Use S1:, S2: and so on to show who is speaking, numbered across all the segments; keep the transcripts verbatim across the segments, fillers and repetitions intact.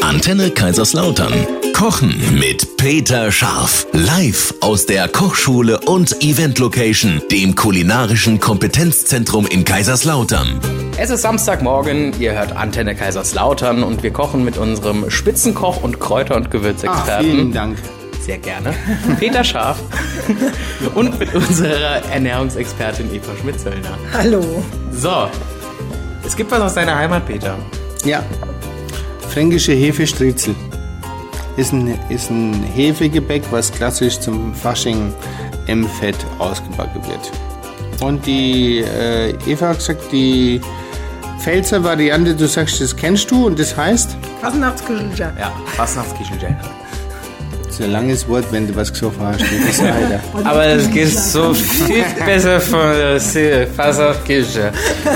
S1: Antenne Kaiserslautern. Kochen mit Peter Scharf. Live aus der Kochschule und Event Location, dem kulinarischen Kompetenzzentrum in Kaiserslautern.
S2: Es ist Samstagmorgen, ihr hört Antenne Kaiserslautern und wir kochen mit unserem Spitzenkoch und Kräuter- und Gewürzexperten.
S3: Ach, vielen Dank.
S2: Sehr gerne. Peter Scharf und mit unserer Ernährungsexpertin Eva Schmidt-Zöllner.
S4: Hallo.
S2: So, es gibt was aus deiner Heimat, Peter.
S3: Ja, fränkische Hefestriezel. Ist ein, ist ein Hefegebäck, was klassisch zum Fasching im Fett ausgebacken wird. Und die äh, Eva hat gesagt, die Pfälzer Variante, du sagst, das kennst du und das heißt?
S4: Fasnachtsküchelchen.
S2: Ja, Fasnachtsküchelchen.
S3: Das ist ein langes Wort, wenn du was gesagt hast. Das ist leider.
S2: Aber es geht so viel besser von der Fasnachtsküche.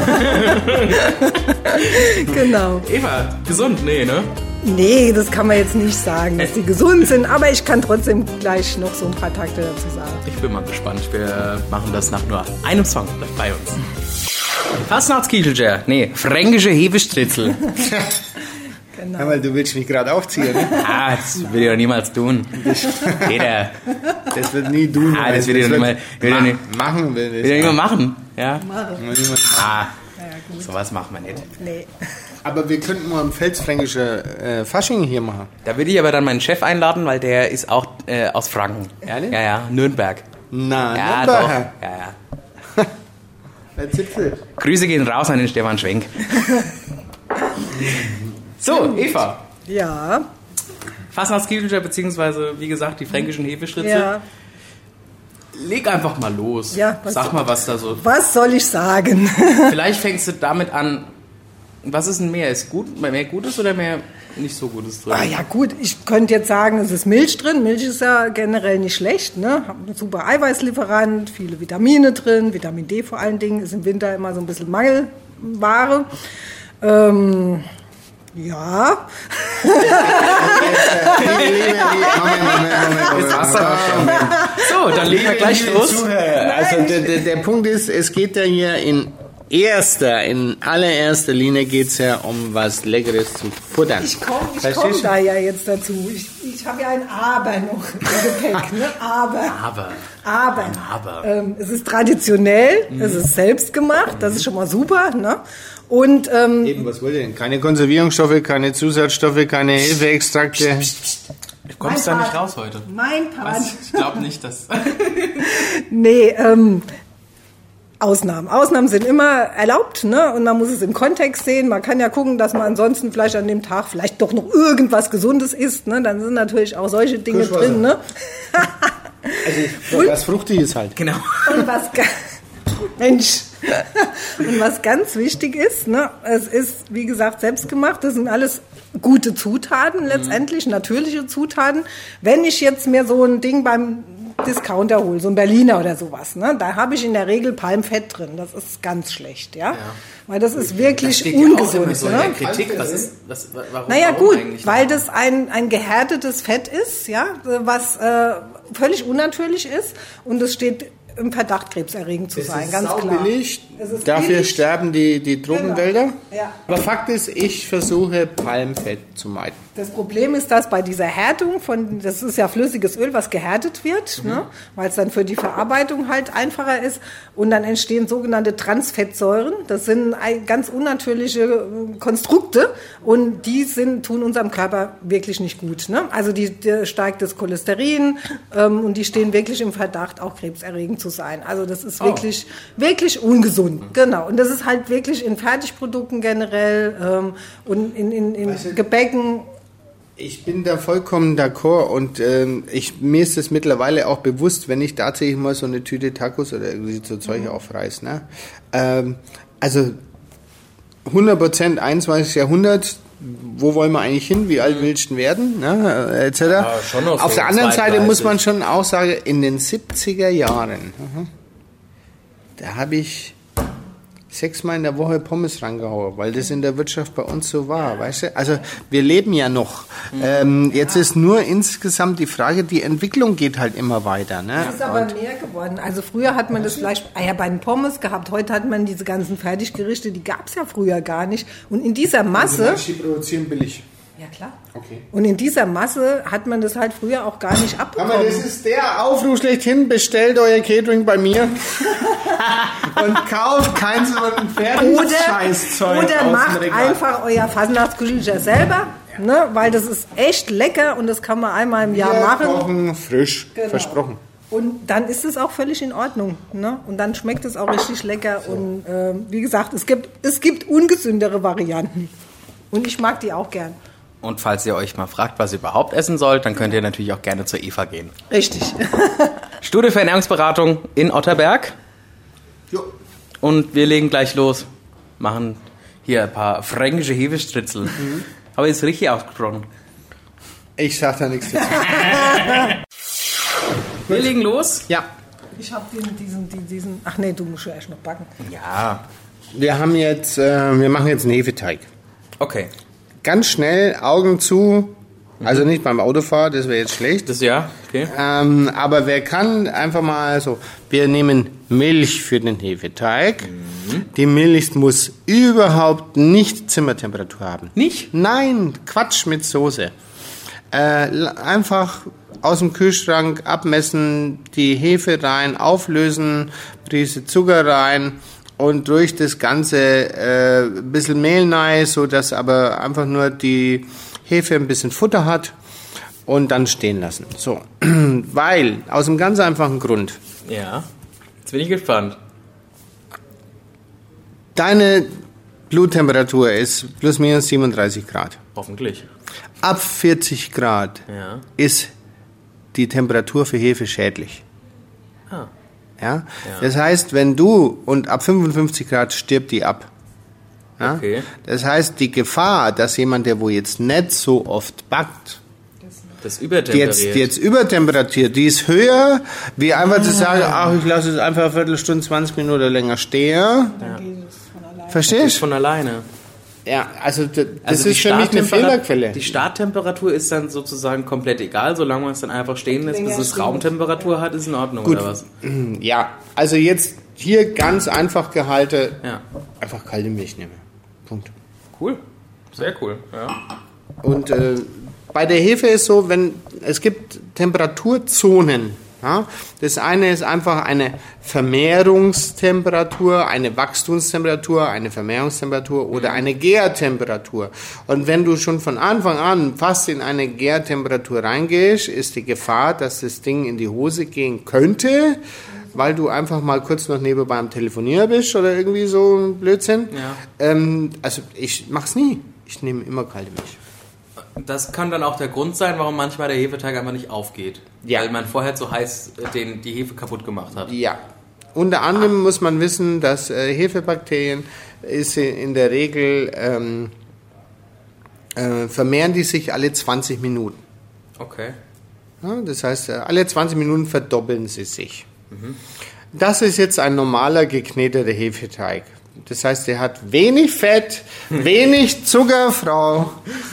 S4: Genau.
S2: Eva, gesund? Nee, ne?
S4: Nee, das kann man jetzt nicht sagen, dass die gesund sind, aber ich kann trotzdem gleich noch so ein paar Takte dazu sagen.
S2: Ich bin mal gespannt. Wir machen das nach nur einem Song. Bleibt bei uns. Fasnachtsküchelchen. Nee, fränkische Hefestritzel.
S4: Genau.
S3: Ja, weil du willst mich gerade aufziehen, ne?
S2: Ah, das will ich doch niemals tun. Peter.
S3: Das wird nie tun.
S2: Ah, das will ich doch niemals
S3: ma-
S2: nicht
S3: machen. Will
S2: will ich nicht mal machen. Ja?
S4: Machen.
S2: Ah,
S4: Ja, gut.
S2: sowas machen wir nicht.
S4: Nee.
S3: Aber wir könnten mal ein pfälzfränkische äh, Fasching hier machen.
S2: Da würde ich aber dann meinen Chef einladen, weil der ist auch äh, aus Franken.
S3: Ehrlich?
S2: Ja, ja, Nürnberg.
S3: Na,
S2: Ja,
S3: Nürnberger.
S2: doch. Ja, ja.
S3: Der Zipfel.
S2: Grüße gehen raus an den Stefan Schwenk. So, Eva.
S4: Ja.
S2: Fasnachtsküchelchen, beziehungsweise, wie gesagt, die fränkischen Hefestritzel.
S4: Ja.
S2: Leg einfach mal los.
S4: Ja, was-
S2: Sag mal, was da so...
S4: Was soll ich sagen?
S2: Vielleicht fängst du damit an, was ist denn mehr? Ist gut, mehr Gutes oder mehr nicht so Gutes drin?
S4: Ah ja gut, ich könnte jetzt sagen, es ist Milch drin. Milch ist ja generell nicht schlecht, ne? Hat einen super Eiweißlieferant, viele Vitamine drin, Vitamin D vor allen Dingen, ist im Winter immer so ein bisschen Mangelware. Ähm, ja.
S2: Jetzt hast du aber schon. So, dann legen wir gleich los.
S3: Also der, der, der Punkt ist, es geht ja hier in erster, in allererster Linie geht es ja um was Leckeres zu futtern.
S4: Ich komme ich
S3: Verstehst
S4: komm
S3: du?
S4: da ja jetzt dazu. Ich, ich habe ja ein Aber noch im Gepäck. Ne? Aber.
S2: Aber.
S4: Aber.
S2: Aber.
S4: Ähm, es ist traditionell, es ist selbst gemacht, das ist schon mal super. Ne? Und ähm,
S3: Eben, was wollt ihr denn? Keine Konservierungsstoffe, keine Zusatzstoffe, keine Hefeextrakte.
S2: Du kommst da
S4: Mein
S2: nicht
S4: Part.
S2: raus heute.
S4: mein Part.
S2: Was? Ich glaube nicht, dass...
S4: Nee, ähm, Ausnahmen. Ausnahmen sind immer erlaubt, ne? Und man muss es im Kontext sehen. Man kann ja gucken, dass man ansonsten vielleicht an dem Tag vielleicht doch noch irgendwas Gesundes isst, ne? Dann sind natürlich auch solche Dinge
S3: Kirschwasser.
S4: drin, ne?
S3: Also was Fruchtiges halt.
S2: Genau.
S4: Und was ga- Mensch. Und was ganz wichtig ist, ne, es ist, wie gesagt, selbstgemacht. Das sind alles gute Zutaten letztendlich, natürliche Zutaten. Wenn ich jetzt mir so ein Ding beim Discounter hole, so ein Berliner oder sowas, ne, da habe ich in der Regel Palmfett drin. Das ist ganz schlecht, ja. Weil das ist wirklich
S2: Das steht ja auch immer
S4: ungesund.
S2: so in
S4: Ne?
S2: der Kritik. Was ist, was, warum,
S4: Naja
S2: warum
S4: gut,
S2: eigentlich?
S4: weil das ein, ein gehärtetes Fett ist, ja, was äh, völlig unnatürlich ist und es steht im Verdacht, krebserregend zu sein, ganz klar.
S3: Billig.
S4: Es ist
S3: Dafür
S4: billig.
S3: sterben die, die Tropenwälder.
S4: Ja.
S3: Aber Fakt ist, ich versuche Palmfett zu meiden.
S4: Das Problem ist, dass bei dieser Härtung von, das ist ja flüssiges Öl, was gehärtet wird,
S3: Mhm.
S4: ne, weil es dann für die Verarbeitung halt einfacher ist und dann entstehen sogenannte Transfettsäuren. Das sind ein- ganz unnatürliche äh, Konstrukte und die sind, tun unserem Körper wirklich nicht gut. Ne? Also die, die steigt das Cholesterin ähm, und die stehen wirklich im Verdacht, auch krebserregend zu sein. Also das ist
S2: Oh.
S4: wirklich, wirklich ungesund. Genau. Und das ist halt wirklich in Fertigprodukten generell ähm, und in, in, in
S3: Weißt du-
S4: Gebäcken.
S3: Ich bin da vollkommen d'accord und ähm, ich, mir ist es mittlerweile auch bewusst, wenn ich tatsächlich mal so eine Tüte Tacos oder irgendwie so Zeug
S4: Mhm.
S3: aufreiß. Ne? Ähm, also hundert Prozent einundzwanzigsten Jahrhundert, wo wollen wir eigentlich hin, wie alt willst du werden, ne? äh, et cetera.
S2: Ja, schon noch
S3: Auf
S2: so
S3: der anderen Seite muss man
S2: zweitdreißig.
S3: schon auch sagen, in den siebziger Jahren, mhm, da habe ich sechsmal in der Woche Pommes rangehauen, weil das in der Wirtschaft bei uns so war, weißt du? Also wir leben ja noch. Ähm, jetzt ist nur insgesamt die Frage, die Entwicklung geht halt immer weiter. Ne?
S4: Das ist aber
S3: Und
S4: mehr geworden. Also früher hat man das Fleisch ah ja, bei den Pommes gehabt. Heute hat man diese ganzen Fertiggerichte, die gab es ja früher gar nicht. Und in dieser Masse,
S3: die produzieren billig.
S4: Ja, klar.
S3: Okay.
S4: Und in dieser Masse hat man das halt früher auch gar nicht abbekommen.
S3: Aber das ist der Aufruf schlechthin, bestellt euer Catering bei mir und kauft kein so ein fertiges
S4: Oder,
S3: Scheißzeug
S4: oder
S3: aus
S4: macht
S3: dem Regal.
S4: einfach euer Fasnachtskühlscher selber, ne? Weil das ist echt lecker und das kann man einmal im Jahr
S3: Wir
S4: machen.
S3: kochen frisch,
S4: Genau.
S3: versprochen.
S4: Und dann ist es auch völlig in Ordnung. Ne? Und dann schmeckt es auch richtig lecker. So. Und ähm, wie gesagt, es gibt, es gibt ungesündere Varianten. Und ich mag die auch gern.
S2: Und falls ihr euch mal fragt, was ihr überhaupt essen sollt, dann könnt ihr natürlich auch gerne zur Eva gehen.
S4: Richtig.
S2: Studie für Ernährungsberatung in Otterberg.
S3: Jo.
S2: Und wir legen gleich los. Machen hier ein paar fränkische Hefestritzel. Mhm. Aber ist richtig ausgesprochen.
S3: Ich sag da nichts dazu.
S2: Wir legen los.
S3: Ja.
S4: Ich habe diesen, diesen, diesen, diesen... Ach nee, du musst ja erst noch backen.
S2: Ja.
S3: Wir haben jetzt, äh, wir machen jetzt einen Hefeteig.
S2: Okay.
S3: Ganz schnell, Augen zu. Also nicht beim Autofahren, das wäre jetzt schlecht.
S2: Das ja, okay.
S3: Ähm, aber wer kann, einfach mal so, wir nehmen Milch für den Hefeteig. Mhm. Die Milch muss überhaupt nicht Zimmertemperatur haben.
S2: Nicht?
S3: Nein, Quatsch mit Soße. Äh, einfach aus dem Kühlschrank abmessen, die Hefe rein, auflösen, Prise Zucker rein und durch das Ganze äh, ein bisschen Mehl rein, so dass aber einfach nur die Hefe ein bisschen Futter hat und dann stehen lassen. So, weil, aus einem ganz einfachen Grund.
S2: Ja, jetzt bin ich gespannt.
S3: Deine Bluttemperatur ist plus minus siebenunddreißig Grad.
S2: Hoffentlich.
S3: Ab vierzig Grad
S2: Ja.
S3: ist die Temperatur für Hefe schädlich.
S2: Ah.
S3: Ja?
S2: Ja.
S3: Das heißt, wenn du, und ab fünfundfünfzig Grad stirbt die ab. Ja?
S2: Okay.
S3: Das heißt, die Gefahr, dass jemand, der wo jetzt nicht so oft backt,
S2: Das
S3: die
S2: übertemperiert.
S3: jetzt, die jetzt übertemperatiert, die ist höher, wie einfach zu sagen, ach, ich lasse es einfach eine Viertelstunde, zwanzig Minuten länger stehen.
S4: Dann geht es von alleine.
S3: Verstehst du?
S2: von alleine.
S3: Ja, also d- das
S2: Also
S3: ist
S2: die
S3: für mich eine
S2: Starttempera-
S3: Fehlerquelle.
S2: Die Starttemperatur ist dann sozusagen komplett egal, solange man es dann einfach stehen lässt, bis
S4: Länger
S2: es
S4: stehen
S2: Raumtemperatur hat, ist in Ordnung,
S3: Gut.
S2: oder was?
S3: Ja, also jetzt hier ganz einfach gehalten,
S2: Ja.
S3: einfach kalte Milch nehmen. Punkt.
S2: Cool. Sehr cool, ja.
S3: Und äh, bei der Hefe ist so, wenn es gibt Temperaturzonen. Ja? Das eine ist einfach eine Vermehrungstemperatur, eine Wachstumstemperatur, eine Vermehrungstemperatur oder eine Gärtemperatur. Und wenn du schon von Anfang an fast in eine Gärtemperatur reingehst, ist die Gefahr, dass das Ding in die Hose gehen könnte, weil du einfach mal kurz noch nebenbei am Telefonieren bist oder irgendwie so ein Blödsinn.
S2: Ja.
S3: Ähm, also ich mach's nie. Ich nehme immer kalte Milch.
S2: Das kann dann auch der Grund sein, warum manchmal der Hefeteig einfach nicht aufgeht.
S3: Ja.
S2: Weil man vorher zu heiß äh, den, die Hefe kaputt gemacht hat.
S3: Ja. Unter anderem muss man wissen, dass äh, Hefebakterien ist in der Regel ähm, äh, vermehren die sich alle zwanzig Minuten.
S2: Okay.
S3: Ja, das heißt, äh, alle zwanzig Minuten verdoppeln sie sich. Mhm. Das ist jetzt ein normaler gekneteter Hefeteig. Das heißt, er hat wenig Fett, wenig Zucker, Frau.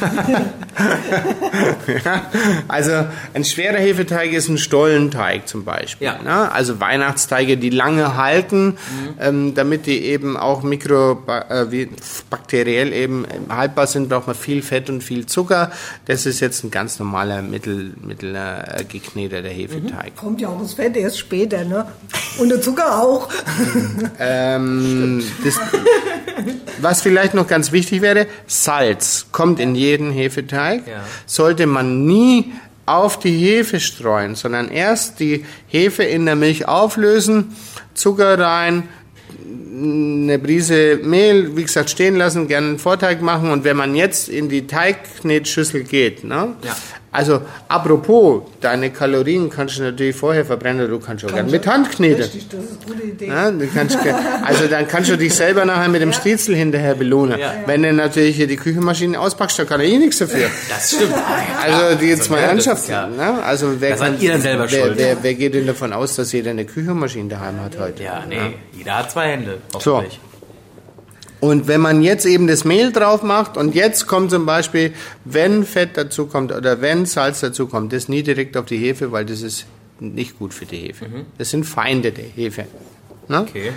S3: Ja, also ein schwerer Hefeteig ist ein Stollenteig zum Beispiel.
S2: Ja.
S3: Ne? Also Weihnachtsteige, die lange halten, mhm. ähm, damit die eben auch mikrobakteriell eben haltbar sind, braucht man viel Fett und viel Zucker. Das ist jetzt ein ganz normaler mittel, mittler äh, gekneteter Hefeteig.
S4: Kommt ja auch das Fett erst später, ne? Und der Zucker auch.
S3: ähm, das, was vielleicht noch ganz wichtig wäre, Salz kommt in jeden Hefeteig,
S2: Ja.
S3: sollte man nie auf die Hefe streuen, sondern erst die Hefe in der Milch auflösen, Zucker rein, eine Prise Mehl, wie gesagt, stehen lassen, gerne einen Vorteig machen und wenn man jetzt in die Teigknetschüssel geht, ne?
S2: Ja.
S3: Also apropos, deine Kalorien kannst du natürlich vorher verbrennen, du kannst auch gerne mit Hand kneten.
S4: Richtig, das ist eine gute Idee.
S3: Ja, du kannst, also dann kannst du dich selber nachher mit dem Striezel hinterher belohnen.
S2: Ja.
S3: Wenn du natürlich hier die Küchenmaschine auspackst, da kann er eh nichts dafür.
S2: Das stimmt.
S3: Also die jetzt
S2: So,
S3: mal
S2: ne, das
S3: ernsthaft.
S2: ist ja-
S3: Ne? Also wer,
S2: Da seid
S3: kann,
S2: ihr dann selber
S3: wer,
S2: schuld.
S3: wer, wer geht denn davon aus, dass jeder eine Küchenmaschine daheim hat heute?
S2: Ja, nee. Jeder hat zwei Hände.
S3: So.
S2: Hoffentlich.
S3: Und wenn man jetzt eben das Mehl drauf macht und jetzt kommt zum Beispiel, wenn Fett dazu kommt oder wenn Salz dazu kommt, das nie direkt auf die Hefe, weil das ist nicht gut für die Hefe. Das sind Feinde der Hefe. Ne?
S2: Okay.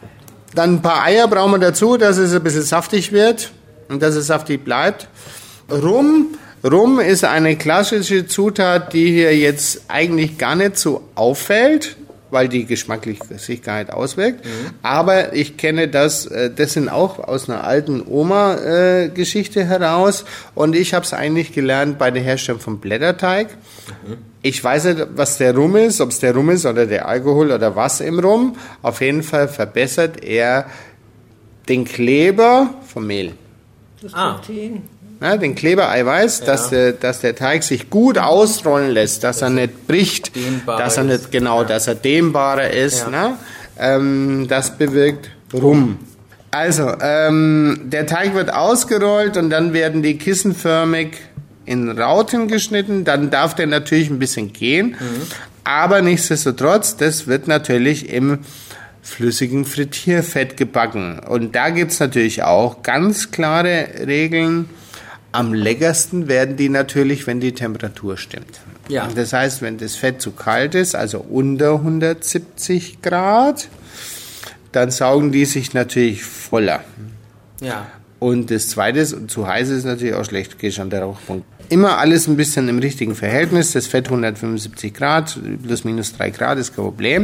S3: Dann ein paar Eier brauchen wir dazu, dass es ein bisschen saftig wird und dass es saftig bleibt. Rum, Rum ist eine klassische Zutat, die hier jetzt eigentlich gar nicht so auffällt, weil die Geschmacklichkeit auswirkt. Mhm. Aber ich kenne das, das sind auch aus einer alten Oma-Geschichte heraus. Und ich habe es eigentlich gelernt bei der Herstellung von Blätterteig. Mhm. Ich weiß nicht, was der Rum ist, ob es der Rum ist oder der Alkohol oder was im Rum. Auf jeden Fall verbessert er den Kleber vom Mehl.
S4: Das
S2: Ah.
S4: Protein.
S3: Ja, den Klebereiweiß, ja. dass, der, dass der Teig sich gut ausrollen lässt, dass er nicht bricht, dass er nicht, genau, ja. dass er dehnbarer ist. Ja. Ne? Ähm, das bewirkt Rum. Also, ähm, der Teig wird ausgerollt und dann werden die kissenförmig in Rauten geschnitten. Dann darf der natürlich ein bisschen gehen, mhm. aber nichtsdestotrotz, das wird natürlich im flüssigen Frittierfett gebacken. Und da gibt's natürlich auch ganz klare Regeln. Am leckersten werden die natürlich, wenn die Temperatur stimmt. Ja. Das heißt, wenn das Fett zu kalt ist, also unter hundertsiebzig Grad, dann saugen die sich natürlich voller. Ja. Und das Zweite ist, zu heiß ist natürlich auch schlecht, geht schon der Rauchpunkt. Immer alles ein bisschen im richtigen Verhältnis. Das Fett hundertfünfundsiebzig Grad, plus minus drei Grad ist kein Problem.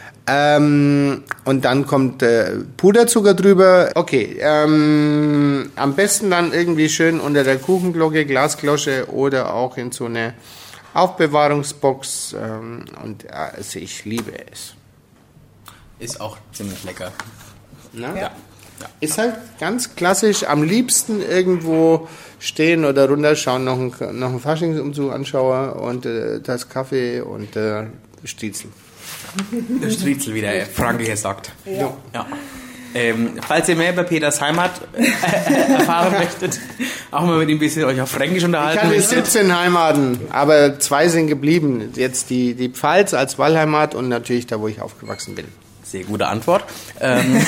S3: Ähm, und dann kommt äh, Puderzucker drüber. Okay, ähm, am besten dann irgendwie schön unter der Kuchenglocke, Glasglosche oder auch in so eine Aufbewahrungsbox. Ähm, und also ich liebe es.
S2: Ist auch ziemlich lecker.
S3: Na? Ja. Ja. Ist halt ganz klassisch, am liebsten irgendwo stehen oder runterschauen, noch ein, noch ein Faschingsumzug anschauen und äh, das Kaffee und äh, Striezel.
S2: Der Striezel, wie der Franke hier sagt. Ja. Ja. Ähm, falls ihr mehr über Peters Heimat äh, erfahren möchtet, auch mal mit ihm ein bisschen euch auf Fränkisch unterhalten.
S3: Ich hatte siebzehn Heimaten, aber zwei sind geblieben. Jetzt die, die Pfalz als Wahlheimat und natürlich da, wo ich aufgewachsen bin.
S2: Sehr gute Antwort. Ähm,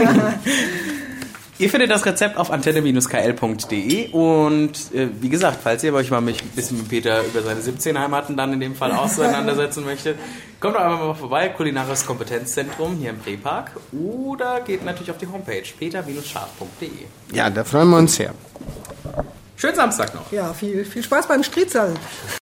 S2: ihr findet das Rezept auf antenne Bindestrich k l punkt d e und äh, wie gesagt, falls ihr euch mal ein bisschen mit Peter über seine siebzehn Heimaten dann in dem Fall auseinandersetzen möchtet, kommt doch einfach mal vorbei, Kulinarisches Kompetenzzentrum hier im Playpark oder geht natürlich auf die Homepage peter Bindestrich scharf punkt d e.
S3: Ja, da freuen wir uns sehr.
S2: Schönen Samstag noch.
S4: Ja, viel, viel Spaß beim Striezeln.